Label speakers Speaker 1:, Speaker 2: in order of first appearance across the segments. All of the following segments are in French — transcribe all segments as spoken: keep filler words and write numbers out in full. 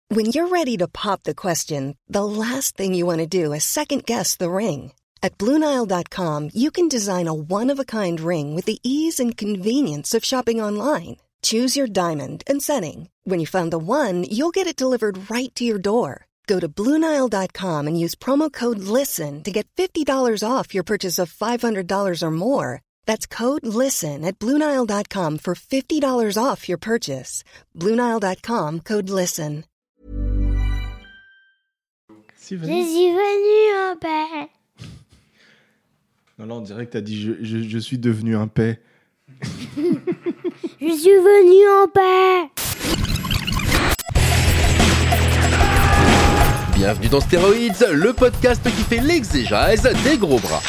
Speaker 1: When you're ready to pop the question, the last thing you want to do is second-guess the ring. At Blue Nile dot com, you can design a one-of-a-kind ring with the ease and convenience of shopping online. Choose your diamond and setting. When you find the one, you'll get it delivered right to your door. Go to Blue Nile dot com and use promo code LISTEN to get fifty dollars off your purchase of five hundred dollars or more. That's code LISTEN at Blue Nile dot com for fifty dollars off your purchase. Blue Nile dot com, code LISTEN.
Speaker 2: Je suis venu en paix. Non, là, on dirait que t'as dit je, je, je suis devenu un paix.
Speaker 3: Je suis venu en paix.
Speaker 4: Bienvenue dans Stéroïdes, le podcast qui fait l'exégèse des gros bras.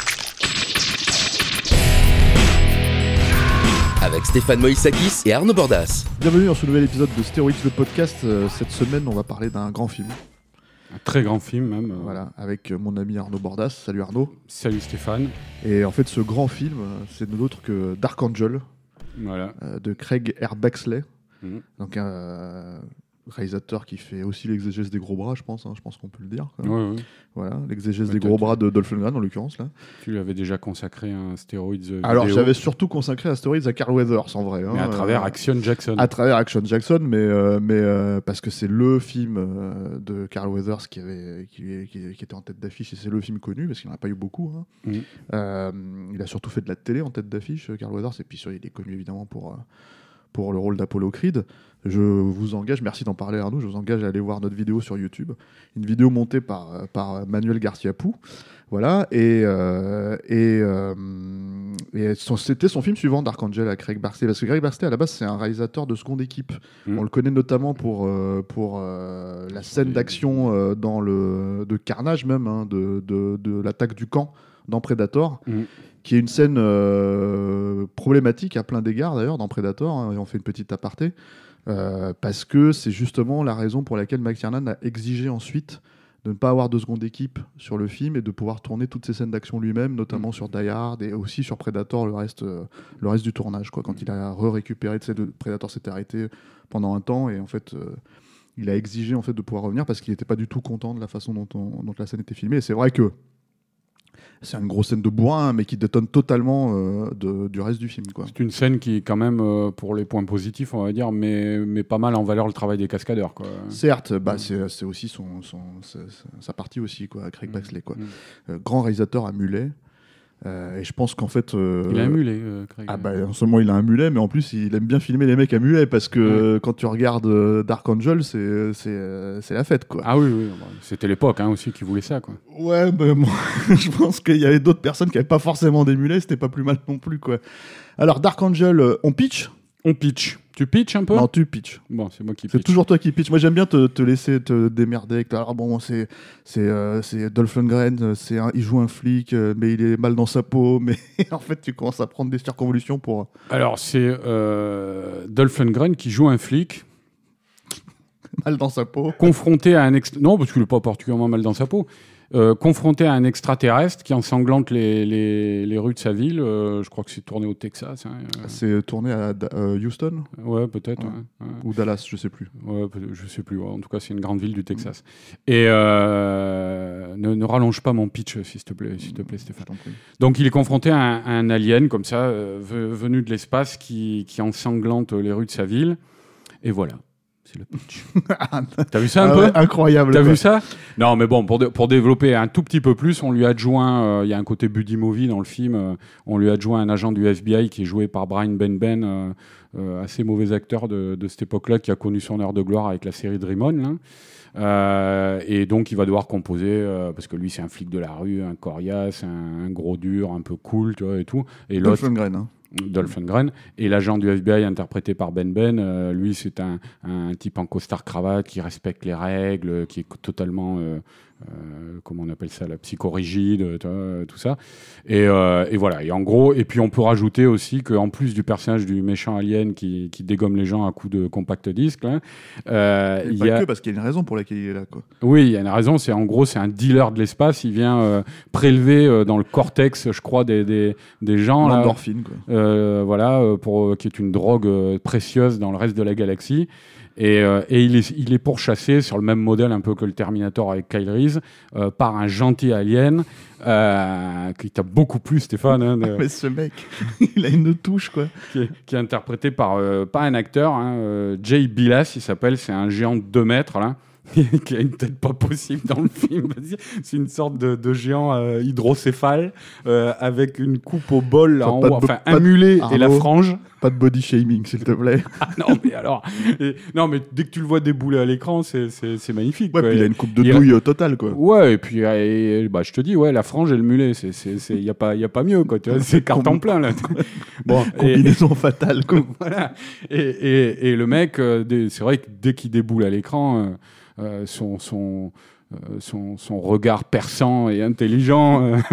Speaker 4: Avec Stéphane Moïsakis et Arnaud Bordas.
Speaker 2: Bienvenue dans ce nouvel épisode de Stéroïdes, le podcast. Cette semaine, on va parler d'un grand film.
Speaker 5: Un très grand film même.
Speaker 2: Voilà, avec mon ami Arnaud Bordas. Salut Arnaud.
Speaker 5: Salut Stéphane.
Speaker 2: Et en fait, ce grand film, c'est nul autre que Dark Angel,
Speaker 5: voilà.
Speaker 2: euh, de Craig R. Baxley.
Speaker 5: Mmh.
Speaker 2: Donc un euh, réalisateur qui fait aussi l'exégèse des gros bras, je pense. Hein, je pense qu'on peut le dire.
Speaker 5: Ouais, ouais.
Speaker 2: Voilà, l'exégèse
Speaker 5: ouais,
Speaker 2: des gros bras de Dolph Lundgren en l'occurrence là.
Speaker 5: Tu lui avais déjà consacré un Stéroïdes vidéo.
Speaker 2: Alors j'avais surtout consacré un Stéroïdes à Carl Weathers en vrai. Hein,
Speaker 5: mais à travers
Speaker 2: euh,
Speaker 5: Action Jackson.
Speaker 2: À travers Action Jackson, mais euh, mais euh, parce que c'est le film euh, de Carl Weathers qui avait qui, qui, qui était en tête d'affiche et c'est le film connu parce qu'il n'en a pas eu beaucoup. Hein.
Speaker 5: Mmh.
Speaker 2: Euh, il a surtout fait de la télé en tête d'affiche, Carl Weathers, et puis sur, il est connu évidemment pour euh, pour le rôle d'Apollo Creed. Je vous engage, merci d'en parler Arnaud, je vous engage à aller voir notre vidéo sur YouTube, une vidéo montée par, par Manuel Garcia-Pou, voilà, et, euh, et, euh, et son, c'était son film suivant, Dark Angel, à Craig Baxley, parce que Craig Baxley, à la base, c'est un réalisateur de seconde équipe. Mmh. On le connaît notamment pour, euh, pour euh, la scène d'action euh, dans le, de Carnage même, hein, de, de, de l'attaque du camp dans Predator, mmh. qui est une scène euh, problématique à plein d'égards d'ailleurs dans Predator, hein, et on fait une petite aparté. Euh, parce que c'est justement la raison pour laquelle Mike Tiernan a exigé ensuite de ne pas avoir de seconde équipe sur le film et de pouvoir tourner toutes ces scènes d'action lui-même, notamment mmh. sur Die Hard et aussi sur Predator, le reste, euh, le reste du tournage. Quoi. Quand mmh. il a re-récupéré, tu sais, de, Predator s'était arrêté pendant un temps et en fait, euh, il a exigé en fait, de pouvoir revenir parce qu'il n'était pas du tout content de la façon dont, on, dont la scène était filmée. Et c'est vrai que c'est une grosse scène de bourrin, mais qui détonne totalement euh, de, du reste du film. Quoi.
Speaker 5: C'est une scène qui, quand même, euh, pour les points positifs, on va dire, met, met pas mal en valeur le travail des cascadeurs. Quoi.
Speaker 2: Certes, bah, c'est, c'est aussi son, son, c'est, c'est sa partie aussi, quoi, Craig Baxley. Quoi.
Speaker 5: Mmh.
Speaker 2: Euh, grand réalisateur à mulet. Euh, et je pense qu'en fait... Euh,
Speaker 5: il a un mulet, euh, Craig.
Speaker 2: Ah bah, non seulement il a un mulet, mais en plus il aime bien filmer les mecs à mulet, parce que ouais. quand tu regardes euh, Dark Angel, c'est, c'est, euh, c'est la fête, quoi.
Speaker 5: Ah oui, oui, bah, c'était l'époque hein, aussi qui voulait ça, quoi.
Speaker 2: Ouais, bah, moi, je pense qu'il y avait d'autres personnes qui n'avaient pas forcément des mulets, c'était pas plus mal non plus, quoi. Alors Dark Angel, euh, on pitch
Speaker 5: On pitch. Tu pitches un peu ?
Speaker 2: Non, tu pitches.
Speaker 5: Bon, c'est moi qui pitch.
Speaker 2: C'est toujours toi qui pitch. Moi, j'aime bien te, te laisser te démerder. Avec Alors, bon, c'est, c'est, euh, c'est Dolph Lundgren, c'est un, il joue un flic, euh, mais il est mal dans sa peau. Mais en fait, tu commences à prendre des circonvolutions pour...
Speaker 5: Alors, c'est euh, Dolph Lundgren qui joue un flic.
Speaker 2: Mal dans sa peau.
Speaker 5: Confronté à un... Ext... Non, parce qu'il n'est pas particulièrement mal dans sa peau. Euh, confronté à un extraterrestre qui ensanglante les, les, les rues de sa ville. Euh, je crois que c'est tourné au Texas. Hein, euh...
Speaker 2: C'est tourné à euh, Houston ?
Speaker 5: Ouais, peut-être.
Speaker 2: Ouais.
Speaker 5: Ouais, ouais.
Speaker 2: Ou Dallas, je sais plus.
Speaker 5: Ouais, je sais plus. Ouais. En tout cas, c'est une grande ville du Texas. Mmh. Et euh, ne, ne rallonge pas mon pitch, s'il te plaît, s'il te plaît, Stéphane. Donc, il est confronté à un, à un alien, comme ça, euh, venu de l'espace, qui, qui ensanglante les rues de sa ville. Et voilà. C'est le pitch. T'as vu ça un ah peu
Speaker 2: ouais, incroyable.
Speaker 5: T'as quoi. Vu ça? Non, mais bon, pour, de, pour développer un tout petit peu plus, on lui adjoint, il euh, y a un côté buddy movie dans le film, euh, on lui adjoint un agent du F B I qui est joué par Brian Benben, euh, euh, assez mauvais acteur de, de cette époque-là, qui a connu son heure de gloire avec la série Dream On. Là. Euh, et donc, il va devoir composer, euh, parce que lui, c'est un flic de la rue, un coriace, un, un gros dur, un peu cool, tu vois, et tout. Et
Speaker 2: Dolph Lundgren, hein.
Speaker 5: Dolph Lundgren, et l'agent du F B I interprété par Ben Ben, euh, lui c'est un, un type en costard cravate qui respecte les règles, qui est totalement euh, euh, comment on appelle ça, la psychorigide, tout ça. Et, euh, et voilà. Et en gros, et puis on peut rajouter aussi qu'en plus du personnage du méchant alien qui, qui dégomme les gens à coups de compact disque, là, euh,
Speaker 2: il
Speaker 5: y a...
Speaker 2: pas que parce qu'il y a une raison pour laquelle il est là, quoi.
Speaker 5: Oui, il y a une raison. C'est en gros, c'est un dealer de l'espace. Il vient euh, prélever euh, dans le cortex, je crois, des des, des gens.
Speaker 2: L'endorphine, quoi.
Speaker 5: euh, voilà, euh, pour, qui est une drogue euh, précieuse dans le reste de la galaxie. Et, euh, et il, est, il est pourchassé sur le même modèle un peu que le Terminator avec Kyle Reese euh, par un gentil alien euh, qui t'a beaucoup plu, Stéphane. Hein, de,
Speaker 2: Mais ce mec, il a une touche, quoi.
Speaker 5: Qui est, qui est interprété par, euh, pas un acteur, hein, euh, Jay Bilas, il s'appelle, c'est un géant de deux mètres, là. Qui a une tête pas possible dans le film. C'est une sorte de, de géant euh, hydrocéphale euh, avec une coupe au bol là,
Speaker 2: Enfin,
Speaker 5: en
Speaker 2: pas
Speaker 5: haut,
Speaker 2: de-
Speaker 5: enfin
Speaker 2: pas
Speaker 5: un
Speaker 2: de-
Speaker 5: mulet et la
Speaker 2: Arnaud.
Speaker 5: frange.
Speaker 2: Pas de body shaming, s'il te plaît.
Speaker 5: Ah non mais alors, et- non mais dès que tu le vois débouler à l'écran, c'est, c'est, c'est magnifique.
Speaker 2: Ouais,
Speaker 5: quoi.
Speaker 2: puis il a une coupe de
Speaker 5: Il-
Speaker 2: douille euh, totale, quoi.
Speaker 5: Ouais, et puis euh, et, bah, je te dis, ouais, la frange et le mulet, c'est, c'est, c'est, y a pas, y a pas mieux, quoi. Tu vois, c'est carton plein là. Bon, et,
Speaker 2: Combinaison fatale, quoi.
Speaker 5: voilà. Et, et, et le mec, euh, dès- c'est vrai que dès qu'il déboule à l'écran, euh, euh, son, son, euh, son, son regard perçant et intelligent euh,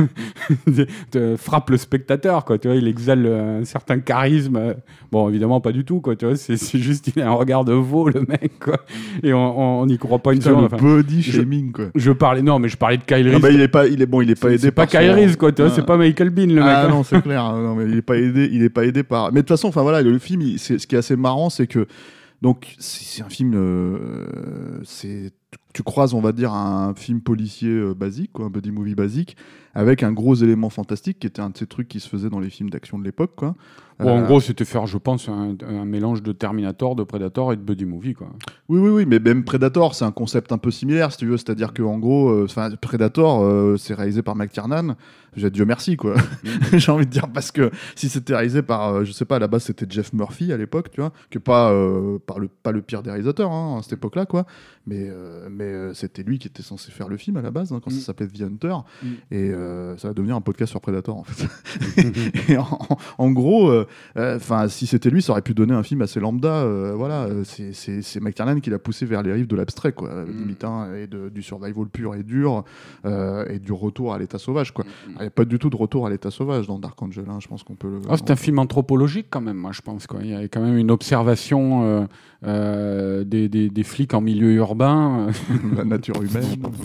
Speaker 5: te frappe le spectateur, quoi. Tu vois, il exhale un certain charisme. Bon, évidemment, pas du tout, quoi. Tu vois, c'est, c'est juste, il a un regard de veau, le mec, quoi. Et on n'y croit pas une
Speaker 2: Putain,
Speaker 5: seconde.
Speaker 2: le
Speaker 5: Enfin,
Speaker 2: body
Speaker 5: je-
Speaker 2: shaming, quoi.
Speaker 5: je parlais, non, mais je parlais de Kyle Reese.
Speaker 2: Ah bah, il est pas, il est bon, il est pas
Speaker 5: C'est-
Speaker 2: aidé
Speaker 5: c'est pas
Speaker 2: par
Speaker 5: Kyle
Speaker 2: son-
Speaker 5: Reese, quoi. Tu vois,
Speaker 2: Ah.
Speaker 5: c'est pas Michael Bean, le mec.
Speaker 2: Ah
Speaker 5: hein.
Speaker 2: non, c'est clair. Non, mais il est pas aidé, il est pas aidé par. Mais de toute façon, enfin voilà, le film, il- c'est, ce qui est assez marrant, c'est que donc c'est, c'est un film, euh, c'est tu croises, on va dire, un film policier euh, basique, quoi, un buddy movie basique, avec un gros élément fantastique qui était un de ces trucs qui se faisait dans les films d'action de l'époque, quoi.
Speaker 5: Bon, en
Speaker 2: Euh,
Speaker 5: gros, c'était faire, je pense, un, un mélange de Terminator, de Predator et de buddy movie, quoi.
Speaker 2: Oui, oui, oui, mais même Predator, c'est un concept un peu similaire, si tu veux. C'est-à-dire qu'en gros, euh, 'fin, Predator, euh, c'est réalisé par McTiernan. J'ai Dieu merci, quoi. J'ai envie de dire, parce que si c'était réalisé par, euh, je sais pas, à la base, c'était Jeff Murphy à l'époque, tu vois, que pas, euh, par le, pas le pire des réalisateurs hein, à cette époque-là, quoi. Mais, euh, mais euh, c'était lui qui était censé faire le film à la base, hein, quand
Speaker 5: Mm.
Speaker 2: ça s'appelait The Hunter.
Speaker 5: Mm.
Speaker 2: Et euh, ça va devenir un podcast sur Predator, en fait. Et en, en gros, enfin, si c'était lui, ça aurait pu donner un film assez lambda. euh, voilà, euh, c'est, c'est, c'est McTiernan qui l'a poussé vers les rives de l'abstrait, quoi,
Speaker 5: Mm.
Speaker 2: limite, hein, et de, du survival pur et dur, euh, et du retour à l'état sauvage, quoi.
Speaker 5: Mm.
Speaker 2: Il n'y a pas du tout de retour à l'état sauvage dans Dark Angel, hein, je pense qu'on peut le...
Speaker 5: Oh, c'est un film anthropologique quand même, moi je pense. Quoi. Il y a quand même une observation euh, euh, des, des, des flics en milieu urbain.
Speaker 2: la nature humaine.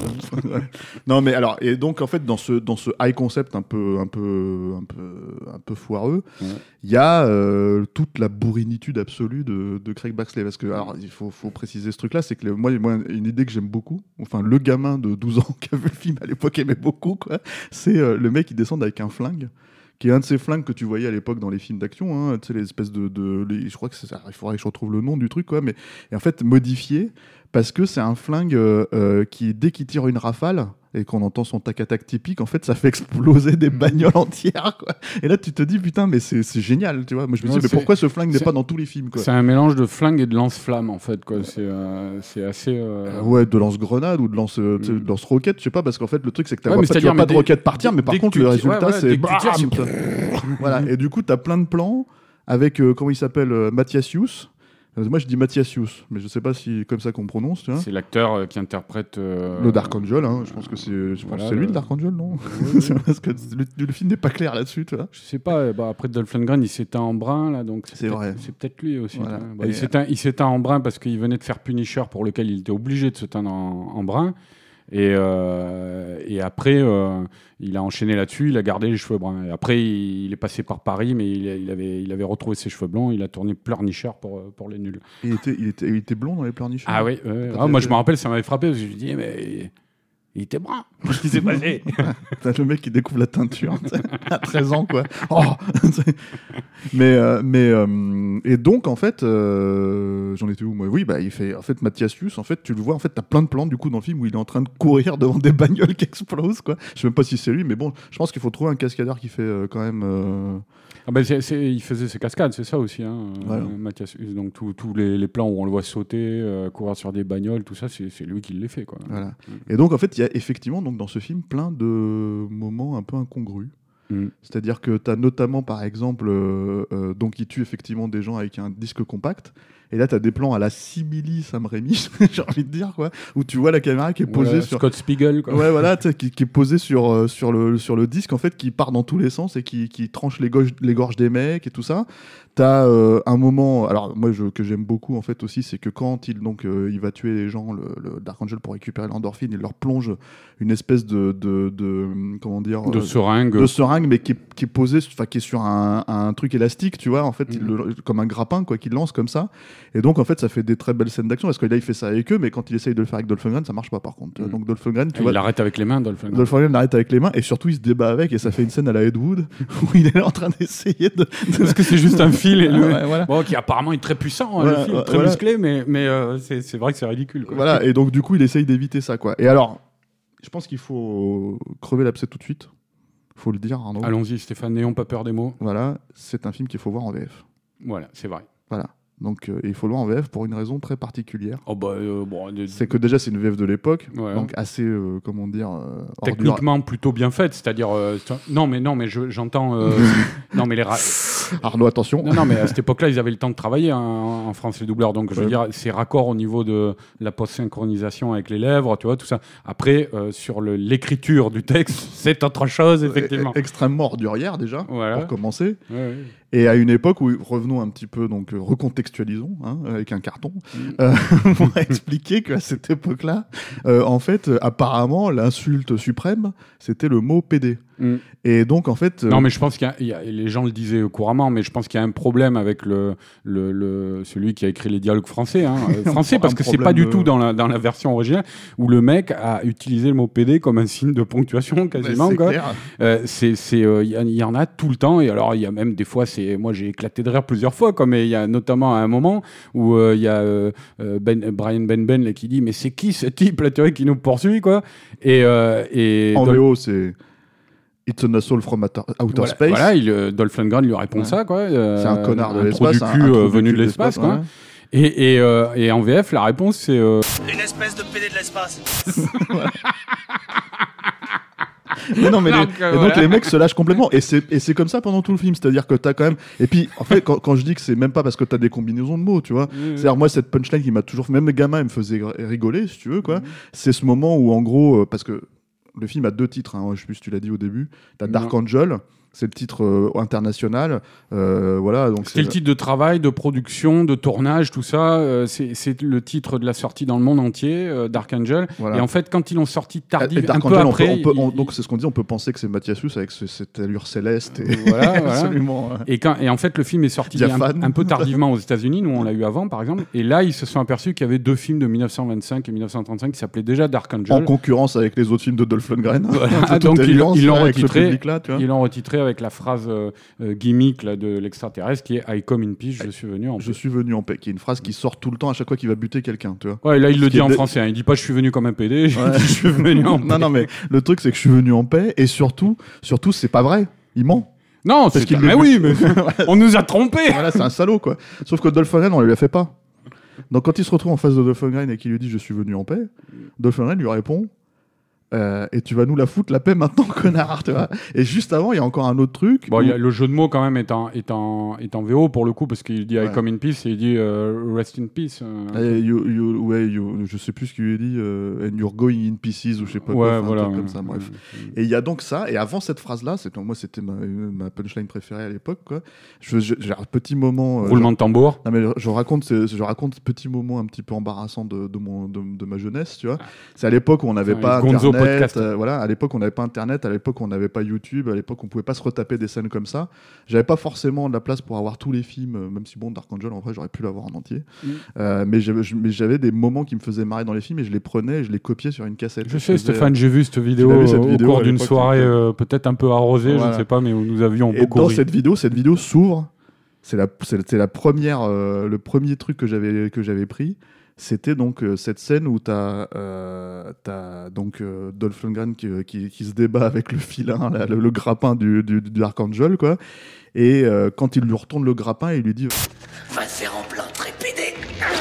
Speaker 2: Non, mais alors, et donc en fait, dans ce dans ce high concept un peu un peu un peu un peu foireux, il
Speaker 5: Ouais.
Speaker 2: y a euh, toute la bourrinitude absolue de, de Craig Baxley. Parce que alors, il faut faut préciser ce truc-là, c'est que le- moi, moi, une idée que j'aime beaucoup. Enfin, le gamin de douze ans qui a vu le film à l'époque aimait beaucoup, quoi. C'est euh, le mec qui descend avec un flingue, qui est un de ces flingues que tu voyais à l'époque dans les films d'action, hein, tu sais, les espèces de, de les- je crois que c'est ça, il faudrait que je retrouve le nom du truc, quoi, mais et en fait modifié parce que c'est un flingue euh, euh, qui, dès qu'il tire une rafale et qu'on entend son tac-tac typique, en fait, ça fait exploser des bagnoles entières, quoi. Et là, tu te dis, putain, mais c'est, c'est génial, tu vois. Moi, je me
Speaker 5: Non,
Speaker 2: dis, mais
Speaker 5: c'est-
Speaker 2: pourquoi ce flingue n'est
Speaker 5: c'est-
Speaker 2: pas dans tous les films, quoi.
Speaker 5: C'est un mélange de flingue et de lance-flamme en fait. Quoi. C'est, euh, c'est assez. euh,
Speaker 2: Euh, ouais, de lance-grenade ou de lance, euh, tu sais,
Speaker 5: Mm.
Speaker 2: de lance-roquette, je sais pas, parce qu'en fait, le truc, c'est que t'as
Speaker 5: Ouais,
Speaker 2: pas,
Speaker 5: mais
Speaker 2: tu
Speaker 5: c'est-à-dire,
Speaker 2: vois pas
Speaker 5: mais
Speaker 2: de
Speaker 5: dès-
Speaker 2: roquette partir, mais
Speaker 5: dès
Speaker 2: par
Speaker 5: que
Speaker 2: contre,
Speaker 5: tu
Speaker 2: le
Speaker 5: tires-
Speaker 2: résultat,
Speaker 5: ouais, voilà,
Speaker 2: c'est
Speaker 5: dès que tu tires,
Speaker 2: bam,
Speaker 5: c'est-
Speaker 2: voilà. Et du coup, t'as plein de plans avec, euh, comment il s'appelle, euh, Mathias Hughes. Euh, Moi, je dis Mathias Hughes, mais je sais pas si comme ça qu'on prononce, tu vois.
Speaker 5: C'est l'acteur euh, qui interprète. euh,
Speaker 2: Le Dark Angel, hein, je pense que c'est, je pense
Speaker 5: voilà,
Speaker 2: que c'est lui
Speaker 5: le-
Speaker 2: le Dark Angel, non?
Speaker 5: Ouais, ouais.
Speaker 2: Parce que le, le film n'est pas clair là-dessus, tu vois.
Speaker 5: Je sais pas, euh, bah, après Dolph Lundgren, il s'éteint en brun, là, donc c'est,
Speaker 2: C'est
Speaker 5: peut-être,
Speaker 2: vrai.
Speaker 5: c'est peut-être lui aussi.
Speaker 2: Voilà.
Speaker 5: tu vois. Bah,
Speaker 2: Et-
Speaker 5: il, s'éteint, il s'éteint en brun parce qu'il venait de faire Punisher, pour lequel il était obligé de se teindre en, en brun. Et, euh, et après, euh, il a enchaîné là-dessus, il a gardé les cheveux bruns. Et après, il, il est passé par Paris, mais il, il, avait, il avait retrouvé ses cheveux blonds, il a tourné Pleurnicher pour, euh, pour les nuls.
Speaker 2: Il était, il était, il était blond dans les pleurnichers.
Speaker 5: Ah oui, ouais.
Speaker 2: T'as
Speaker 5: Ah, moi
Speaker 2: fait-
Speaker 5: je me rappelle, ça m'avait frappé, parce que je me dis, mais il était brun. Qu'est-ce qui s'est passé?
Speaker 2: T'as le mec qui découvre la teinture tu sais, à treize ans, quoi. Oh mais, euh, mais euh, et donc, en fait, euh, j'en étais où, moi? Oui, bah, il fait, en fait, Mathias Hughes, en fait, tu le vois, en fait, t'as plein de plans, du coup, dans le film où il est en train de courir devant des bagnoles qui explosent, quoi. Je sais même pas si c'est lui, mais bon, je pense qu'il faut trouver un cascadeur qui fait euh, quand même. euh,
Speaker 5: Ah ben c'est, c'est, il faisait ses cascades, c'est ça aussi, hein,
Speaker 2: Voilà.
Speaker 5: euh, Mathias Huss. Donc tous tous les, les plans où on le voit sauter, euh, courir sur des bagnoles, tout ça, c'est, c'est lui qui les fait, quoi.
Speaker 2: Voilà. Et donc, en fait, il y a effectivement, donc, dans ce film, plein de moments un peu incongrus.
Speaker 5: Mm.
Speaker 2: C'est-à-dire que tu as notamment, par exemple, euh, euh, donc il tue effectivement des gens avec un disque compact. Et là, t'as des plans à la simili Sam Raimi, j'ai envie de dire, quoi, où tu vois la caméra qui est posée
Speaker 5: Voilà,
Speaker 2: sur...
Speaker 5: Scott Spiegel, quoi.
Speaker 2: Ouais, voilà, tu sais, qui, qui est posée sur, euh, sur, le, sur le disque, en fait, qui part dans tous les sens et qui, qui tranche les, gauches, les gorges des mecs et tout ça. T'as euh, un moment, alors moi je, que j'aime beaucoup en fait aussi, c'est que quand il donc euh, il va tuer les gens, le, le Dark Angel pour récupérer l'endorphine, il leur plonge une espèce de de, de comment dire
Speaker 5: De
Speaker 2: euh,
Speaker 5: seringue.
Speaker 2: de seringue, mais qui est, qui est posée, enfin qui est sur un, un truc élastique, tu vois, en fait,
Speaker 5: Mm.
Speaker 2: il le- comme un grappin quoi, qu'il lance comme ça. Et donc en fait ça fait des très belles scènes d'action parce que là il fait ça avec eux, mais quand il essaye de le faire avec Dolph Lundgren, ça marche pas par contre.
Speaker 5: Mm.
Speaker 2: Donc Dolph Lundgren, tu
Speaker 5: Il
Speaker 2: vois.
Speaker 5: l'arrête avec les mains, Dolph Lundgren.
Speaker 2: Dolph Lundgren l'arrête avec les mains et surtout il se débat avec et ça fait une scène à la Ed Wood où il est en train d'essayer de, de-
Speaker 5: Parce que c'est juste un fil et le...
Speaker 2: Ouais, voilà.
Speaker 5: bon, qui apparemment est très puissant, hein,
Speaker 2: Voilà,
Speaker 5: le fil,
Speaker 2: ouais,
Speaker 5: très
Speaker 2: voilà.
Speaker 5: musclé, mais, mais euh, c'est, c'est vrai que c'est ridicule. Quoi.
Speaker 2: Voilà, et donc du coup, il essaye d'éviter ça, quoi. Et alors, je pense qu'il faut crever l'abcès tout de suite. Faut le dire, Arnaud.
Speaker 5: Allons-y, Stéphane, n'ayons pas peur des mots.
Speaker 2: Voilà, c'est un film qu'il faut voir en V F.
Speaker 5: Voilà, c'est vrai.
Speaker 2: Voilà. Donc, euh, il faut le voir en V F pour une raison très particulière.
Speaker 5: Oh bah, euh, bon, de-
Speaker 2: C'est que déjà, c'est une V F de l'époque,
Speaker 5: Ouais.
Speaker 2: donc assez, euh, comment dire, euh, hors du-
Speaker 5: techniquement plutôt bien faite, c'est-à-dire euh, c'est- non mais non mais je- j'entends euh, non mais les ra-
Speaker 2: Arnaud, attention.
Speaker 5: non non mais à cette époque-là ils avaient le temps de travailler hein, en France les doubleurs, donc je veux
Speaker 2: Ouais.
Speaker 5: dire c'est raccord au niveau de la post-synchronisation avec les lèvres, tu vois tout ça. Après euh, sur le- l'écriture du texte c'est autre chose effectivement.
Speaker 2: E- extrêmement ordurière déjà,
Speaker 5: Voilà.
Speaker 2: pour commencer.
Speaker 5: Ouais, ouais.
Speaker 2: Et à une époque où, revenons un petit peu, donc euh, recontextualisons, hein, avec un carton,
Speaker 5: Mm.
Speaker 2: euh, pour expliquer qu'à cette époque-là, euh, en fait, euh, apparemment, l'insulte suprême, c'était le mot pédé.
Speaker 5: Mm.
Speaker 2: Et donc, en fait... euh,
Speaker 5: Non, mais je pense qu'il y a, il y a- les gens le disaient couramment, mais je pense qu'il y a un problème avec le, le, le- celui qui a écrit les dialogues français. Hein, euh, français,
Speaker 2: Un
Speaker 5: parce que c'est
Speaker 2: problème
Speaker 5: pas du
Speaker 2: de-
Speaker 5: tout dans la, dans la version originale, où le mec a utilisé le mot P D comme un signe de ponctuation,
Speaker 2: bah,
Speaker 5: quasiment.
Speaker 2: c'est
Speaker 5: quoi.
Speaker 2: clair.
Speaker 5: Euh, c'est, c'est, euh, il y, a- il y en a tout le temps, et alors il y a même des fois, c'est, moi j'ai éclaté de rire plusieurs fois, quoi, mais il y a notamment un moment où euh, il y a euh, euh, ben, Brian Benben là, qui dit mais c'est qui ce type là, tu vois, qui nous poursuit quoi. Et, euh, et
Speaker 2: En
Speaker 5: Dol-
Speaker 2: V O, c'est... It's an assault from outer, outer
Speaker 5: voilà,
Speaker 2: space.
Speaker 5: voilà, il, euh, Dolph Lundgren lui répond
Speaker 2: Ouais.
Speaker 5: ça quoi. euh,
Speaker 2: C'est un connard de
Speaker 5: un
Speaker 2: l'espace.
Speaker 5: trou du
Speaker 2: un-
Speaker 5: cul
Speaker 2: un trou
Speaker 5: euh,
Speaker 2: du
Speaker 5: venu
Speaker 2: cul
Speaker 5: de l'espace quoi.
Speaker 2: ouais.
Speaker 5: Et, et, euh, et en V F la réponse c'est euh,
Speaker 6: Une espèce de pédé de l'espace.
Speaker 2: Mais non, mais les,
Speaker 5: Donc, euh,
Speaker 2: et donc
Speaker 5: voilà.
Speaker 2: les mecs se lâchent complètement. Et c'est, et c'est comme ça pendant tout le film. C'est-à-dire que t'as quand même. Et puis, en fait, quand, quand je dis que c'est même pas parce que t'as des combinaisons de mots, tu vois. C'est-à-dire, moi, cette punchline qui m'a toujours fait. Même les gamins, ils me faisaient rigoler, si tu veux, quoi. C'est ce moment où, en gros, euh, parce que le film a deux titres, hein, je sais plus si tu l'as dit au début. T'as Dark
Speaker 5: Non.
Speaker 2: Angel. C'est le titre euh, international. Euh, voilà, donc
Speaker 5: c'était le titre de travail, de production, de tournage, tout ça. euh, c'est, c'est le titre de la sortie dans le monde entier, euh, Dark Angel.
Speaker 2: Voilà.
Speaker 5: Et en fait, quand ils l'ont sorti
Speaker 2: Et
Speaker 5: tardif, un
Speaker 2: Dark
Speaker 5: peu
Speaker 2: Angel, on
Speaker 5: après,
Speaker 2: peut- on peut- on-
Speaker 5: il-
Speaker 2: donc c'est ce qu'on dit, on peut penser que c'est Mathiassus avec ce- cette allure céleste et
Speaker 5: Voilà, voilà.
Speaker 2: absolument. euh,
Speaker 5: Et, quand, et en fait, le film est sorti un,
Speaker 2: Diaphane.
Speaker 5: un peu tardivement aux États-Unis, nous on l'a eu avant par exemple. Et là, ils se sont aperçus qu'il y avait deux films de dix-neuf cent vingt-cinq et dix-neuf cent trente-cinq qui s'appelaient déjà Dark
Speaker 2: en
Speaker 5: Angel.
Speaker 2: concurrence avec les autres films de Dolph Lundgren.
Speaker 5: Voilà.
Speaker 2: De toute
Speaker 5: Donc, ils-
Speaker 2: évidence,
Speaker 5: ils l'ont
Speaker 2: avec ce
Speaker 5: retitré.
Speaker 2: public-là, tu vois.
Speaker 5: Ils l'ont retitré avec la phrase euh, euh, gimmick là, de l'extraterrestre qui est I come in peace, je suis venu en
Speaker 2: Je
Speaker 5: paix.
Speaker 2: suis venu en paix, qui est une phrase qui sort tout le temps à chaque fois qu'il va buter quelqu'un, tu vois.
Speaker 5: Ouais, là il le
Speaker 2: Ce qui
Speaker 5: dit
Speaker 2: est
Speaker 5: en
Speaker 2: dé-
Speaker 5: français, hein. Il dit pas je suis venu comme un P D, il
Speaker 2: Ouais.
Speaker 5: dit, je suis venu en paix.
Speaker 2: Non, non, mais le truc, c'est que je suis venu en paix, et surtout, surtout, c'est pas vrai. Il ment.
Speaker 5: Non,
Speaker 2: Parce
Speaker 5: c'est
Speaker 2: qu'il
Speaker 5: mais
Speaker 2: le-
Speaker 5: oui, mais on nous a trompés.
Speaker 2: Voilà, c'est un salaud, quoi. Sauf que Dolph Lundgren, on lui a fait pas. Donc quand il se retrouve en face de Dolph Lundgren et qu'il lui dit je suis venu en paix, Dolph Lundgren lui répond euh, et tu vas nous la foutre la paix maintenant, connard, tu vois. Et juste avant, il y a encore un autre truc.
Speaker 5: Bon,
Speaker 2: où-
Speaker 5: il y a- le jeu de mots quand même est en, est en, est en V O pour le coup parce qu'il dit
Speaker 2: Ouais.
Speaker 5: I come in peace et il dit euh, rest in peace. euh.
Speaker 2: Eh, you- you- ouais, you- je sais plus ce qu'il lui a dit, euh, and you're going in pieces ou je sais pas quoi,
Speaker 5: Ouais,
Speaker 2: enfin, un
Speaker 5: voilà.
Speaker 2: truc comme ça, bref. Et il y a donc ça, et avant cette phrase-là, c'est, moi c'était ma, ma punchline préférée à l'époque, quoi. Je, je- j'ai un petit moment. euh,
Speaker 5: Roulement de tambour.
Speaker 2: Non mais je raconte, ce- je raconte ce petit moment un petit peu embarrassant de, de, mon, de, de ma jeunesse, tu vois. C'est à l'époque où on n'avait
Speaker 5: Enfin,
Speaker 2: pas
Speaker 5: le Gonzo
Speaker 2: Internet,
Speaker 5: podcast.
Speaker 2: euh, voilà, à l'époque on n'avait pas Internet, à l'époque on n'avait pas YouTube, à l'époque on pouvait pas se retaper des scènes comme ça. J'avais pas forcément de la place pour avoir tous les films, euh, même si bon, Dark Angel en vrai j'aurais pu l'avoir en entier.
Speaker 5: Mm.
Speaker 2: Euh, mais, j'avais, je- mais j'avais des moments qui me faisaient marrer dans les films et je les prenais et je les copiais sur une cassette.
Speaker 5: Je sais,
Speaker 2: faisais-
Speaker 5: Stéphane, j'ai vu cette vidéo
Speaker 2: l'as vu, cette
Speaker 5: euh,
Speaker 2: vidéo,
Speaker 5: au cours
Speaker 2: à
Speaker 5: d'une
Speaker 2: l'époque,
Speaker 5: soirée
Speaker 2: donc,
Speaker 5: euh, peut-être un peu arrosée, je
Speaker 2: Voilà.
Speaker 5: ne sais pas, mais où nous avions
Speaker 2: Et
Speaker 5: beaucoup
Speaker 2: dans
Speaker 5: ri.
Speaker 2: cette vidéo, cette vidéo s'ouvre. C'est la, c'est, c'est la première, euh, le premier truc que j'avais que j'avais pris. C'était donc euh, cette scène où t'as, euh, t'as donc euh, Dolph Lundgren qui, qui, qui se débat avec le filin, là, le, le grappin du, du, du Dark Angel, quoi. Et euh, quand il lui retourne le grappin, il lui dit
Speaker 6: Va te faire en plein très pédé.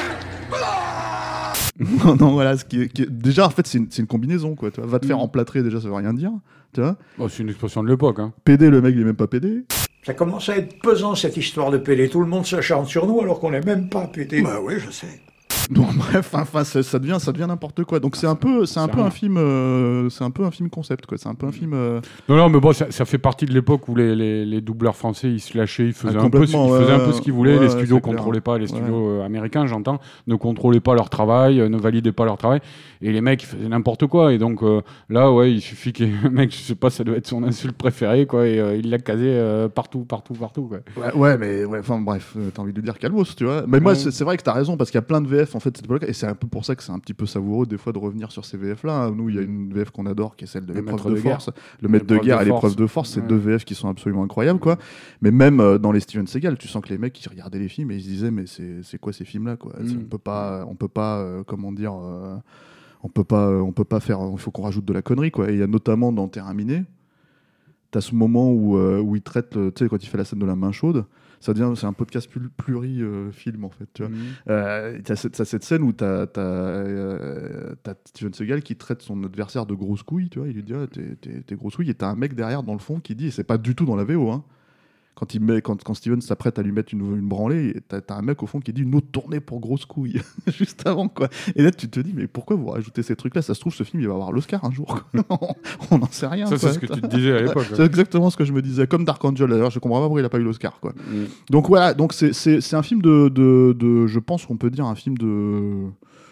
Speaker 2: non, non, voilà, ce qui, est- qui est- déjà en fait c'est une, c'est une combinaison, quoi. Tu vois. Va te faire
Speaker 5: Mm.
Speaker 2: emplâtrer, déjà ça veut rien dire, tu vois.
Speaker 5: Oh, c'est une expression de l'époque. Hein.
Speaker 2: P D, le mec il est même pas P D.
Speaker 7: Ça commence à être pesant, cette histoire de pédé. Tout le monde s'acharne sur nous alors qu'on n'est même pas pédé.
Speaker 8: Bah oui, je sais.
Speaker 2: Donc bref, enfin ça, ça devient ça devient n'importe quoi. Donc c'est un peu c'est un peu un film euh, c'est un peu un film concept quoi. C'est un peu un film. Euh...
Speaker 5: Non non mais bon ça, ça fait partie de l'époque où les, les, les doubleurs français ils se lâchaient, ils faisaient
Speaker 2: ah,
Speaker 5: un peu ils faisaient
Speaker 2: ouais,
Speaker 5: un peu ce qu'ils voulaient.
Speaker 2: Ouais,
Speaker 5: les studios
Speaker 2: ouais,
Speaker 5: contrôlaient pas, les studios
Speaker 2: ouais.
Speaker 5: américains j'entends ne contrôlaient pas leur travail, euh, ne validaient pas leur travail et les mecs ils faisaient n'importe quoi et donc euh, là ouais il suffit qu'un mec je sais pas ça doit être son insulte préférée quoi et euh, il l'a casé euh, partout partout partout quoi.
Speaker 2: Ouais, ouais mais ouais enfin bref euh, t'as envie de lui dire calmos tu vois. Mais moi
Speaker 5: ouais.
Speaker 2: c'est, c'est vrai que t'as raison parce qu'il y a plein de V F en fait cette époque et c'est un peu pour ça que c'est un petit peu savoureux des fois de revenir sur ces V F là. Nous il y a une V F qu'on adore qui est celle de
Speaker 5: le
Speaker 2: l'épreuve
Speaker 5: de,
Speaker 2: de force,
Speaker 5: guerre.
Speaker 2: le maître de guerre
Speaker 5: de
Speaker 2: et l'épreuve
Speaker 5: force.
Speaker 2: de force, c'est
Speaker 5: ouais.
Speaker 2: deux V F qui sont absolument incroyables quoi. Mais même euh, dans les Steven Seagal, tu sens que les mecs qui regardaient les films et ils se disaient mais c'est c'est quoi ces films là quoi. Mm. On peut pas on peut pas euh, comment dire euh, on peut pas euh, on peut pas faire il faut qu'on rajoute de la connerie quoi. Et il y a notamment dans Terrain miné, t'as ce moment où euh, où il traite tu sais quand il fait la scène de la main chaude. Ça devient, c'est un podcast pluri-film, euh, en fait. Tu vois. Mmh. Euh, t'as, cette, t'as cette scène où t'as, t'as, euh, t'as Steven Seagal qui traite son adversaire de grosse couille, tu vois. Il lui dit ah, t'es, t'es, t'es grosse couille. Et t'as un mec derrière, dans le fond, qui dit, et c'est pas du tout dans la V O, hein. Quand, il met, quand, quand Steven s'apprête à lui mettre une, une branlée, t'as, t'as un mec au fond qui dit une autre tournée pour grosse couille, juste avant, quoi. Et là, tu te dis, mais pourquoi vous rajoutez ces trucs-là ? Ça se trouve, ce film, il va avoir l'Oscar un jour. On n'en sait rien.
Speaker 5: Ça,
Speaker 2: quoi.
Speaker 5: C'est ce que tu te disais à l'époque.
Speaker 2: C'est exactement ce que je me disais. Comme Dark Angel, d'ailleurs, je comprends pas pourquoi il a pas eu l'Oscar, quoi. Mm. Donc voilà, donc c'est, c'est, c'est un film de, de, de, je pense qu'on peut dire un film de,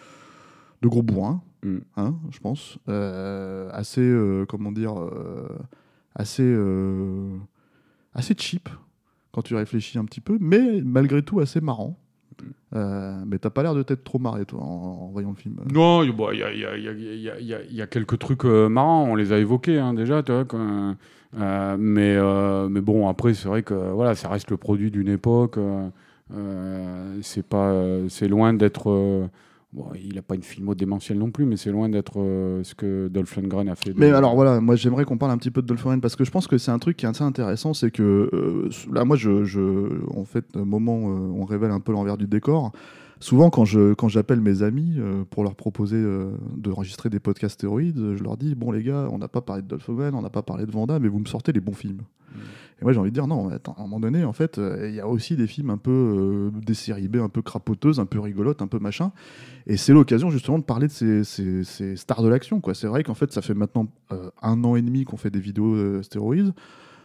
Speaker 2: de gros bourrin, mm. hein, je pense. Euh, assez, euh, comment dire, euh, assez... Euh, assez cheap quand tu réfléchis un petit peu, mais malgré tout assez marrant. Euh, mais t'as pas l'air de t'être trop marré toi en, en voyant le film.
Speaker 5: Non, il bon, y, y, y, y, y, y a quelques trucs euh, marrants, on les a évoqués hein, déjà, tu vois, quand, euh, mais, euh, mais bon après c'est vrai que voilà, ça reste le produit d'une époque. Euh, euh, c'est pas, euh, c'est loin d'être. Euh, Bon, il n'a pas une filmo démentielle non plus, mais c'est loin d'être euh, ce que Dolph Lundgren a fait. De...
Speaker 2: Mais alors voilà, moi j'aimerais qu'on parle un petit peu de Dolph Lundgren parce que je pense que c'est un truc qui est assez intéressant, c'est que euh, là moi je, je en fait au moment où on révèle un peu l'envers du décor, souvent quand je quand j'appelle mes amis euh, pour leur proposer euh, d'enregistrer des podcasts stéroïdes, je leur dis bon les gars, on n'a pas parlé de Dolph Lundgren, on n'a pas parlé de Van Damme, mais vous me sortez les bons films. Mmh. Et moi j'ai envie de dire non, attends, à un moment donné en fait, il euh, y a aussi des films un peu euh, des séries B, un peu crapoteuses, un peu rigolotes, un peu machin. Et c'est l'occasion justement de parler de ces, ces, ces stars de l'action, quoi. C'est vrai qu'en fait, ça fait maintenant euh, un an et demi qu'on fait des vidéos euh, stéroïdes,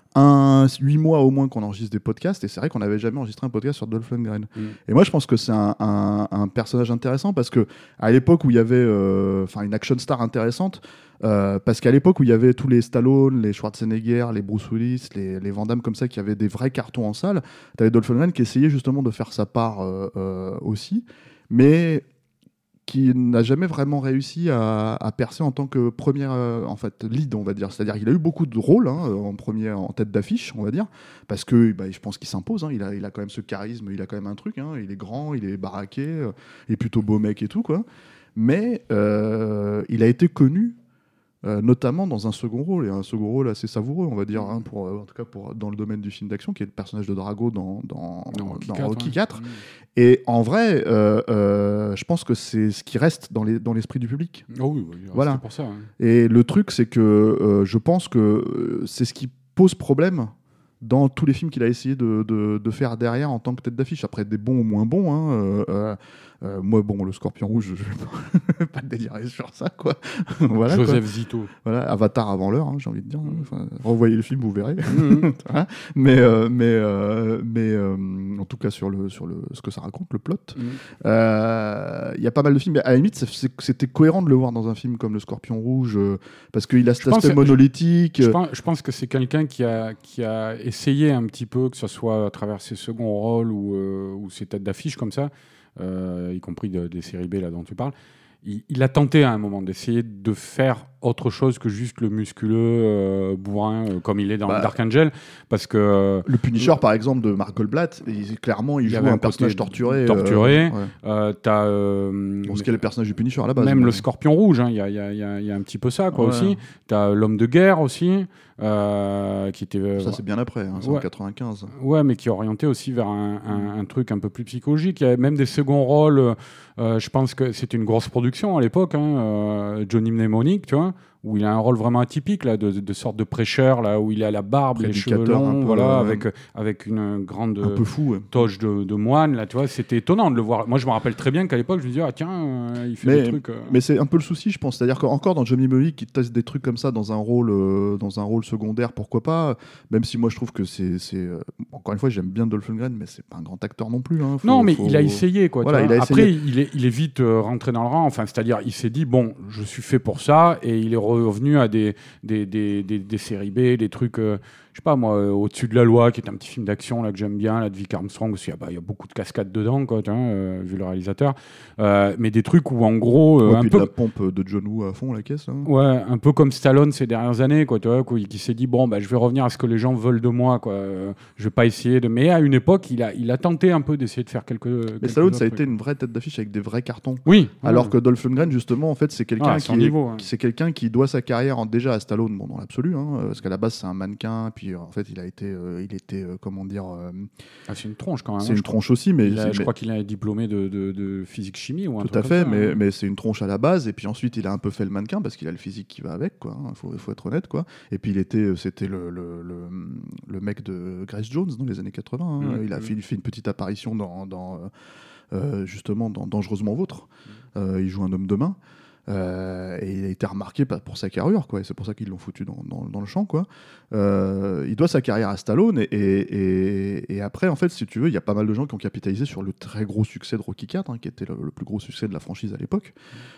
Speaker 2: un, huit mois au moins qu'on enregistre des podcasts, et c'est vrai qu'on n'avait jamais enregistré un podcast sur Dolph Lundgren. Mm. Et moi, je pense que c'est un, un, un personnage intéressant parce que à l'époque où il y avait, enfin, euh, une action star intéressante. Euh, parce qu'à l'époque où il y avait tous les Stallone, les Schwarzenegger, les Bruce Willis, les, les Van Damme comme ça qui avaient des vrais cartons en salle, t'avais Dolph Lundgren qui essayait justement de faire sa part euh, euh, aussi, mais qui n'a jamais vraiment réussi à, à percer en tant que premier euh, en fait lead, on va dire. C'est-à-dire qu'il a eu beaucoup de rôles hein, en premier, en tête d'affiche, on va dire, parce que bah, je pense qu'il s'impose. Hein, il a, il a quand même ce charisme, il a quand même un truc. Hein, il est grand, il est baraqué, euh, il est plutôt beau mec et tout quoi. Mais euh, il a été connu. Euh, notamment dans un second rôle, et un second rôle assez savoureux, on va dire, hein, pour, euh, en tout cas pour, dans le domaine du film d'action, qui est le personnage de Drago dans, dans, dans Rocky, dans quatre, Rocky quatre. Ouais. Et en vrai, euh, euh, je pense que c'est ce qui reste dans, les, dans l'esprit du public.
Speaker 5: Oh oui, oui
Speaker 2: voilà.
Speaker 5: C'est pour ça. Hein.
Speaker 2: Et le truc, c'est que euh, je pense que euh, c'est ce qui pose problème dans tous les films qu'il a essayé de, de, de faire derrière en tant que tête d'affiche, après des bons ou moins bons. Hein, euh, euh, Euh, moi, bon, le Scorpion Rouge, je vais pas délirer sur ça, quoi. Voilà,
Speaker 5: Joseph
Speaker 2: quoi.
Speaker 5: Zito.
Speaker 2: Voilà, Avatar avant l'heure, hein, j'ai envie de dire. Hein. Enfin, revoyez le film, vous verrez. Mmh. mais euh, mais, euh, mais euh, en tout cas, sur, le, sur le, ce que ça raconte, le plot, il mmh. euh, y a pas mal de films. Mais à la limite, c'est, c'était cohérent de le voir dans un film comme le Scorpion Rouge, euh, parce qu'il a cet aspect monolithique.
Speaker 5: Je, je, pense, je pense que c'est quelqu'un qui a, qui a essayé un petit peu, que ce soit à travers ses seconds rôles ou, euh, ou ses têtes d'affiche comme ça, Euh, y compris de, des séries B là dont tu parles, il, il a tenté à un moment d'essayer de faire autre chose que juste le musculeux euh, bourrin euh, comme il est dans bah, Dark Angel, parce que euh,
Speaker 2: le Punisher euh, par exemple de Mark Goldblatt, il, clairement il, il joue un, un personnage torturé.
Speaker 5: Torturé.
Speaker 2: Euh, ouais.
Speaker 5: euh, t'as euh,
Speaker 2: bon, ce qu'est le personnage du Punisher à la base.
Speaker 5: Même
Speaker 2: mais...
Speaker 5: le Scorpion Rouge, il hein, y, a, y, a, y, a, y a un petit peu ça quoi ouais. aussi. T'as l'Homme de guerre aussi. Euh, qui était, euh,
Speaker 2: ça c'est bien après, hein, c'est
Speaker 5: ouais.
Speaker 2: en quatre-vingt-quinze.
Speaker 5: Ouais, mais qui est orienté aussi vers un, un, un truc un peu plus psychologique. Il y avait même des seconds rôles. Euh, je pense que c'était une grosse production à l'époque, hein, euh, Johnny Mnemonic, tu vois, où il a un rôle vraiment atypique, là, de, de sorte de prêcheur, là, où il a la barbe, les cheveux longs,
Speaker 2: peu,
Speaker 5: voilà,
Speaker 2: euh,
Speaker 5: avec, avec une grande
Speaker 2: un peu fou, ouais.
Speaker 5: toge de, de moine, là, tu vois, c'était étonnant de le voir. Moi, je me rappelle très bien qu'à l'époque, je me disais, ah tiens, euh, il fait
Speaker 2: mais,
Speaker 5: des trucs. Euh...
Speaker 2: Mais c'est un peu le souci, je pense. C'est-à-dire qu'encore dans Johnny Mnemonic, qui teste des trucs comme ça dans un rôle, euh, dans un rôle secondaire, pourquoi pas. Même si moi, je trouve que c'est, c'est euh, encore une fois, j'aime bien Dolph Lundgren, mais c'est pas un grand acteur non plus. Hein. Faut,
Speaker 5: non, mais
Speaker 2: faut...
Speaker 5: il a essayé, quoi.
Speaker 2: Voilà, il a
Speaker 5: Après,
Speaker 2: essayé.
Speaker 5: il est, il est vite euh, rentré dans le rang. Enfin, c'est-à-dire, il s'est dit, bon, je suis fait pour ça, et il est revenu à des, des, des, des, des séries B, des trucs. Euh, je sais pas moi, euh, Au-dessus de la loi, qui est un petit film d'action là que j'aime bien, là de Vic Armstrong, parce qu'il y a, bah, il y a beaucoup de cascades dedans, quoi, tu vois, euh, vu le réalisateur. Euh, mais des trucs où en gros, euh,
Speaker 2: ouais,
Speaker 5: un
Speaker 2: puis
Speaker 5: peu
Speaker 2: de la pompe de John Woo à fond la caisse. Là.
Speaker 5: Ouais, un peu comme Stallone ces dernières années, quoi, tu vois, quoi, qui s'est dit bon, bah, je vais revenir à ce que les gens veulent de moi, quoi. Euh, je vais pas essayer de. Mais à une époque, il a, il a tenté un peu d'essayer de faire quelques.
Speaker 2: Mais
Speaker 5: quelques
Speaker 2: Stallone, ça a
Speaker 5: trucs.
Speaker 2: été une vraie tête d'affiche avec des vrais cartons.
Speaker 5: Oui.
Speaker 2: Alors
Speaker 5: ouais.
Speaker 2: que Dolph Lundgren, justement, en fait, c'est quelqu'un
Speaker 5: Ah,
Speaker 2: qui,
Speaker 5: son niveau, ouais.
Speaker 2: qui c'est quelqu'un qui doit sa carrière en, déjà à Stallone, bon, dans l'absolu, hein, parce qu'à la base c'est un mannequin, puis euh, en fait il a été, euh, il était, euh, comment dire, euh,
Speaker 5: Ah, c'est une tronche quand même.
Speaker 2: c'est
Speaker 5: hein,
Speaker 2: une
Speaker 5: je
Speaker 2: tronche aussi, mais,
Speaker 5: Il a-
Speaker 2: c'est-
Speaker 5: je
Speaker 2: mais-
Speaker 5: crois qu'il est diplômé de, de, de physique chimie ou un
Speaker 2: tout
Speaker 5: truc
Speaker 2: à fait,
Speaker 5: comme ça,
Speaker 2: mais,
Speaker 5: hein.
Speaker 2: mais c'est une tronche à la base, et puis ensuite il a un peu fait le mannequin parce qu'il a le physique qui va avec, quoi. Il faut, faut être honnête, quoi. Et puis il était, c'était le, le, le, le mec de Grace Jones dans les années quatre-vingts. Hein.
Speaker 5: Mmh,
Speaker 2: il a
Speaker 5: mmh.
Speaker 2: fait, il fait une petite apparition dans, dans euh, justement dans Dangereusement Vôtre. Mmh. Euh, il joue un homme de main. Euh, et il a été remarqué pour sa carrure, quoi. Et c'est pour ça qu'ils l'ont foutu dans, dans, dans le champ, quoi. Euh, il doit sa carrière à Stallone, et, et, et, et après, en fait, si tu veux, il y a pas mal de gens qui ont capitalisé sur le très gros succès de Rocky quatre, hein, qui était le, le plus gros succès de la franchise à l'époque.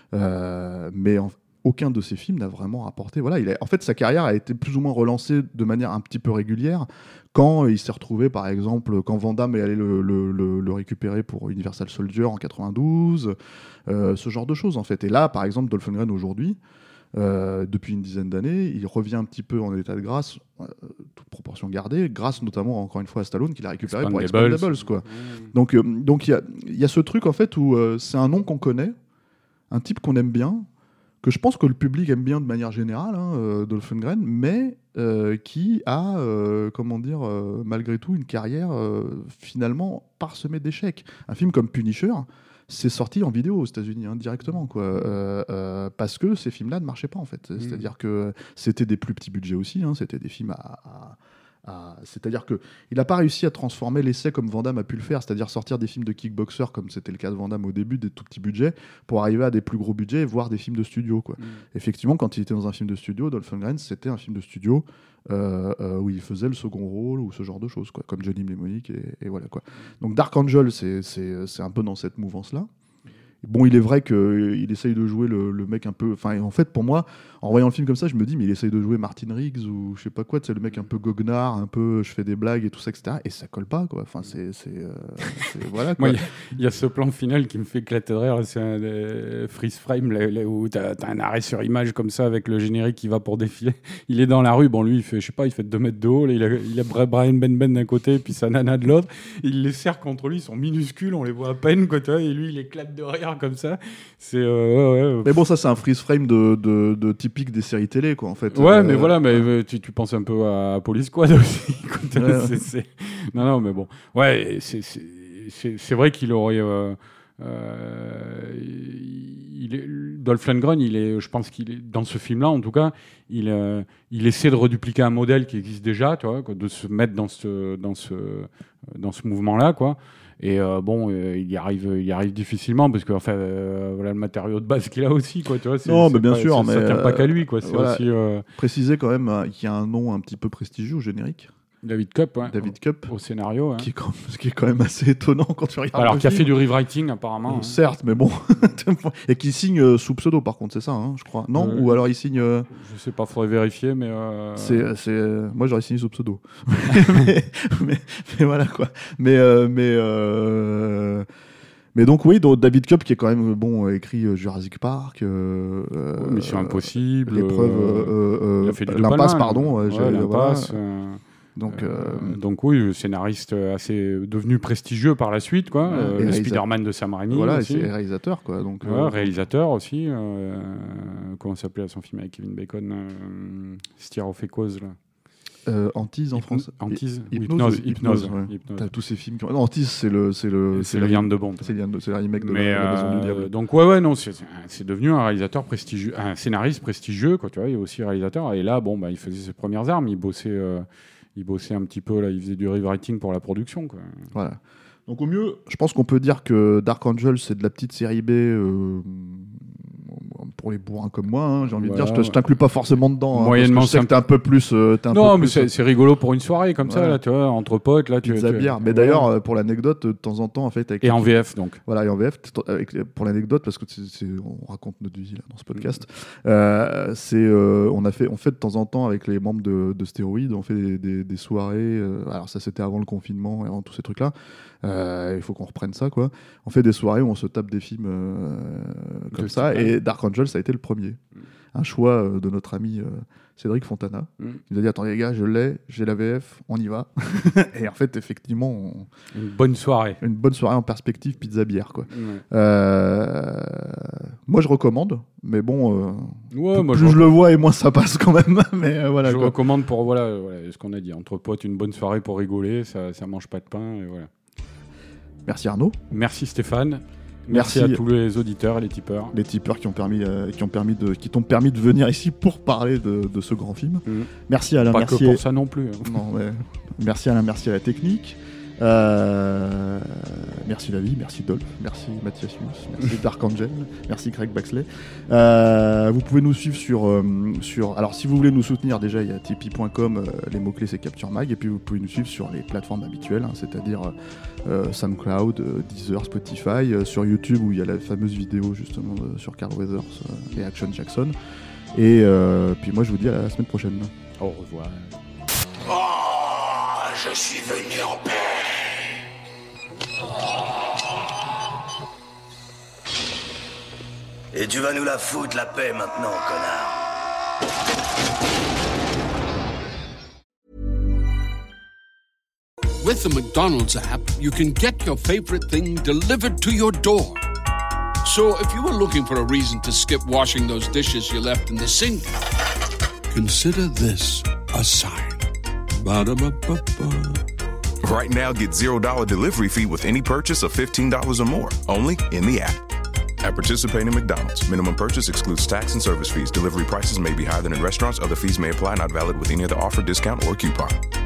Speaker 2: Euh, mais en, aucun de ses films n'a vraiment rapporté. Voilà, il a, en fait, sa carrière a été plus ou moins relancée de manière un petit peu régulière quand il s'est retrouvé, par exemple, quand Van Damme est allé le, le, le, le récupérer pour Universal Soldier en quatre-vingt-douze, euh, ce genre de choses, en fait. Et là, par exemple, Dolph Lundgren, aujourd'hui, euh, depuis une dizaine d'années, il revient un petit peu en état de grâce, euh, toute proportion gardée, grâce notamment, encore une fois, à Stallone, qu'il a récupéré pour Expendables, quoi.
Speaker 5: Mmh.
Speaker 2: Donc, euh, donc il y a, y a ce truc, en fait, où euh, c'est un nom qu'on connaît, un type qu'on aime bien, que je pense que le public aime bien de manière générale, hein, euh, Dolph Lundgren, mais euh, qui a, euh, comment dire, euh, malgré tout, une carrière euh, finalement parsemée d'échecs. Un film comme Punisher, c'est sorti en vidéo aux États-Unis, hein, directement, quoi, euh, euh, parce que ces films-là ne marchaient pas, en fait. Mmh. C'est-à-dire que c'était des plus petits budgets aussi, hein, c'était des films à... à À... c'est-à-dire qu'il n'a pas réussi à transformer l'essai comme Van Damme a pu le faire, c'est-à-dire sortir des films de kickboxer comme c'était le cas de Van Damme au début, des tout petits budgets, pour arriver à des plus gros budgets et voir des films de studio, quoi. Mmh. Effectivement, quand il était dans un film de studio, Dolph Lundgren, c'était un film de studio euh, euh, où il faisait le second rôle ou ce genre de choses, quoi, comme Johnny Mnemonic, et, et voilà, quoi. Donc Dark Angel, c'est, c'est, c'est un peu dans cette mouvance-là. Bon, il est vrai qu'il essaye de jouer le, le mec un peu... Enfin, en fait, pour moi, en voyant le film comme ça, je me dis, mais il essaye de jouer Martin Riggs ou je sais pas quoi, c'est le mec un peu goguenard, un peu je fais des blagues et tout ça, et cetera. Et ça colle pas, quoi. Enfin, c'est... c'est, euh, c'est voilà, quoi.
Speaker 5: Il y, y a ce plan final qui me fait éclater de rire, c'est un euh, freeze frame, là, là, où t'as, t'as un arrêt sur image comme ça, avec le générique qui va pour défiler. Il est dans la rue, bon, lui, il fait, je sais pas, il fait deux mètres de haut, là, il, a, il a Brian Benben d'un côté, puis sa nana de l'autre. Il les serre contre lui, ils sont minuscules, on les voit à peine, quoi, tu vois, et lui, il éclate de rire comme ça. C'est euh, ouais, ouais.
Speaker 2: Mais bon, ça c'est un freeze frame de, de, de typique des séries télé, quoi, en fait.
Speaker 5: Ouais,
Speaker 2: euh,
Speaker 5: mais voilà, mais euh, tu, tu penses un peu à Police Squad aussi. Quand,
Speaker 2: ouais,
Speaker 5: c'est,
Speaker 2: ouais.
Speaker 5: c'est... Non, non, mais bon. Ouais, c'est, c'est, c'est, c'est vrai qu'il aurait. Euh, euh, il est, Dolph Lundgren, il est, je pense qu'il est dans ce film-là, en tout cas, il, euh, il essaie de redupliquer un modèle qui existe déjà, tu vois, quoi, de se mettre dans ce, dans ce, dans ce mouvement-là, quoi. Et euh, bon, euh, il y arrive, il y arrive difficilement parce que enfin, euh, voilà le matériau de base qu'il a aussi, quoi. Tu vois, c'est,
Speaker 2: non,
Speaker 5: c'est
Speaker 2: mais bien
Speaker 5: pas,
Speaker 2: sûr,
Speaker 5: c'est,
Speaker 2: mais
Speaker 5: ça tient pas
Speaker 2: euh,
Speaker 5: qu'à lui, quoi. C'est
Speaker 2: voilà.
Speaker 5: aussi euh...
Speaker 2: préciser quand même euh, qu'il y a un nom un petit peu prestigieux au générique.
Speaker 5: David Cup, ouais.
Speaker 2: David Cup,
Speaker 5: au scénario, hein.
Speaker 2: qui, est quand, qui est quand même assez étonnant quand tu regardes.
Speaker 5: Alors
Speaker 2: le
Speaker 5: qui a
Speaker 2: film.
Speaker 5: fait du rewriting apparemment.
Speaker 2: Bon,
Speaker 5: hein.
Speaker 2: certes, mais bon, et qui signe euh, sous pseudo par contre, c'est ça, hein, je crois. Non,
Speaker 5: euh,
Speaker 2: ou alors il signe. Euh...
Speaker 5: Je sais pas, faudrait vérifier, mais. Euh...
Speaker 2: C'est, c'est, euh, moi j'aurais signé sous pseudo. mais, mais, mais voilà quoi. Mais, euh, mais, euh... mais donc oui, donc David Cup qui est quand même bon, écrit euh, Jurassic Park, euh,
Speaker 5: ouais, Mission euh, Impossible,
Speaker 2: l'épreuve,
Speaker 5: euh,
Speaker 2: euh,
Speaker 5: il a fait du
Speaker 2: l'impasse,
Speaker 5: Palma,
Speaker 2: pardon.
Speaker 5: Ouais,
Speaker 2: j'ai,
Speaker 5: l'impasse.
Speaker 2: Voilà.
Speaker 5: Euh...
Speaker 2: Donc, euh...
Speaker 5: Euh, donc oui, scénariste assez devenu prestigieux par la suite, quoi.
Speaker 2: Ouais,
Speaker 5: euh, le
Speaker 2: réalisa...
Speaker 5: Spider-Man de Sam Raimi.
Speaker 2: Voilà,
Speaker 5: aussi.
Speaker 2: et c'est réalisateur, quoi. Donc,
Speaker 5: ouais,
Speaker 2: euh...
Speaker 5: réalisateur aussi. Euh, comment s'appelait son film avec Kevin Bacon, euh, Steer of Echoes, là.
Speaker 2: Euh, Antise en
Speaker 5: Hypno-
Speaker 2: France.
Speaker 5: Antise
Speaker 2: Hy-
Speaker 5: ou
Speaker 2: Hypnose,
Speaker 5: Hypnose, Hypnose,
Speaker 2: ouais.
Speaker 5: Hypnose.
Speaker 2: T'as tous ces films qui ont... Non, Antise, c'est le... C'est le,
Speaker 5: C'est le Liane de Bond.
Speaker 2: C'est, Liane de... c'est le remake de
Speaker 5: Mais
Speaker 2: la, la Maison
Speaker 5: euh,
Speaker 2: du Diable.
Speaker 5: donc ouais ouais non c'est, c'est devenu un réalisateur prestigieux, un scénariste prestigieux quoi, tu vois, et aussi réalisateur. Et là bon bah il faisait ses premières armes, il bossait euh, il bossait un petit peu là, il faisait du rewriting pour la production quoi.
Speaker 2: Voilà. Donc au mieux, je pense qu'on peut dire que Dark Angel, c'est de la petite série B euh, pour les bourrins comme moi, hein, j'ai envie
Speaker 5: Voilà,
Speaker 2: de dire. Je, te, je t'inclus pas forcément dedans. Hein,
Speaker 5: moyennement,
Speaker 2: parce que je sais
Speaker 5: c'est
Speaker 2: que t'es un peu plus... Euh, t'es un
Speaker 5: Non
Speaker 2: peu
Speaker 5: mais
Speaker 2: plus,
Speaker 5: c'est, c'est rigolo pour une soirée comme ça
Speaker 2: Ouais.
Speaker 5: là, tu vois, entre potes là tu,
Speaker 2: pizza
Speaker 5: tu-
Speaker 2: bière. Mais
Speaker 5: ouais.
Speaker 2: d'ailleurs, euh, pour l'anecdote, de temps en temps, en fait... Avec
Speaker 5: Et en V F donc.
Speaker 2: Voilà, et en V F, t- avec les- pour l'anecdote, parce que c'est, c'est- on raconte notre vie là, dans ce podcast, euh, c'est, euh, on, a fait, on fait de temps en temps avec les membres de, de Stéroïdes, on fait des, des- des soirées, euh, alors ça c'était avant le confinement et avant tous ces trucs-là, euh, il faut qu'on reprenne ça, quoi. On fait des soirées où on se tape des films euh, comme
Speaker 5: De
Speaker 2: ça,
Speaker 5: type,
Speaker 2: et Dark Angel, ça a été le premier. Un choix euh, de notre ami euh, Cédric Fontana.
Speaker 5: Mm.
Speaker 2: Il nous a dit, attendez les gars, je l'ai, j'ai la V F, on y va. Et en fait, effectivement, on-
Speaker 5: Une bonne soirée.
Speaker 2: une bonne soirée en perspective, pizza bière, quoi.
Speaker 5: Ouais,
Speaker 2: Euh, Moi, je recommande, mais bon, euh,
Speaker 5: Ouais,
Speaker 2: plus,
Speaker 5: moi
Speaker 2: plus
Speaker 5: je,
Speaker 2: je le vois et moins ça passe quand même. Mais euh, voilà.
Speaker 5: je
Speaker 2: quoi.
Speaker 5: recommande pour voilà, euh, voilà ce qu'on a dit, entre potes une bonne soirée pour rigoler, ça ça mange pas de pain et voilà.
Speaker 2: Merci Arnaud,
Speaker 5: Merci Stéphane. Merci,
Speaker 2: Merci.
Speaker 5: à tous les auditeurs et les tipeurs.
Speaker 2: les tipeurs qui ont permis, euh, qui ont permis de, qui t'ont permis de venir ici pour parler de, de ce grand film.
Speaker 5: Mhm.
Speaker 2: Merci Alain
Speaker 5: Pas
Speaker 2: Mercier.
Speaker 5: que pour ça non plus. hein.
Speaker 2: Non, mais merci Alain Mercier à la technique. Euh, merci David, merci Dolph, merci Mathias Huss, merci Dark Angel, merci Craig Baxley. Euh, vous pouvez nous suivre sur, euh, sur. Alors, si vous voulez nous soutenir, déjà, il y a tipeee point com, euh, les mots-clés c'est Capture Mag, et puis vous pouvez nous suivre sur les plateformes habituelles, hein, c'est-à-dire euh, SoundCloud, euh, Deezer, Spotify, euh, sur YouTube où il y a la fameuse vidéo justement euh, sur Carl Weathers euh, et Action Jackson. Et euh, puis moi, je vous dis à la semaine prochaine.
Speaker 5: Au revoir.
Speaker 6: Oh, je suis venu en paix. Et tu vas nous la foutre la paix maintenant, connard.
Speaker 8: With the McDonald's app, you can get your favorite thing delivered to your door. So if you were looking for a reason to skip washing those dishes you left in the sink, consider this a sign. Ba-da-ba-ba-ba.
Speaker 9: Right now, get zero dollar delivery fee with any purchase of fifteen dollars or more, only in the app. At participating McDonald's, minimum purchase excludes tax and service fees. Delivery prices may be higher than in restaurants. Other fees may apply, not valid with any other offer, discount, or coupon.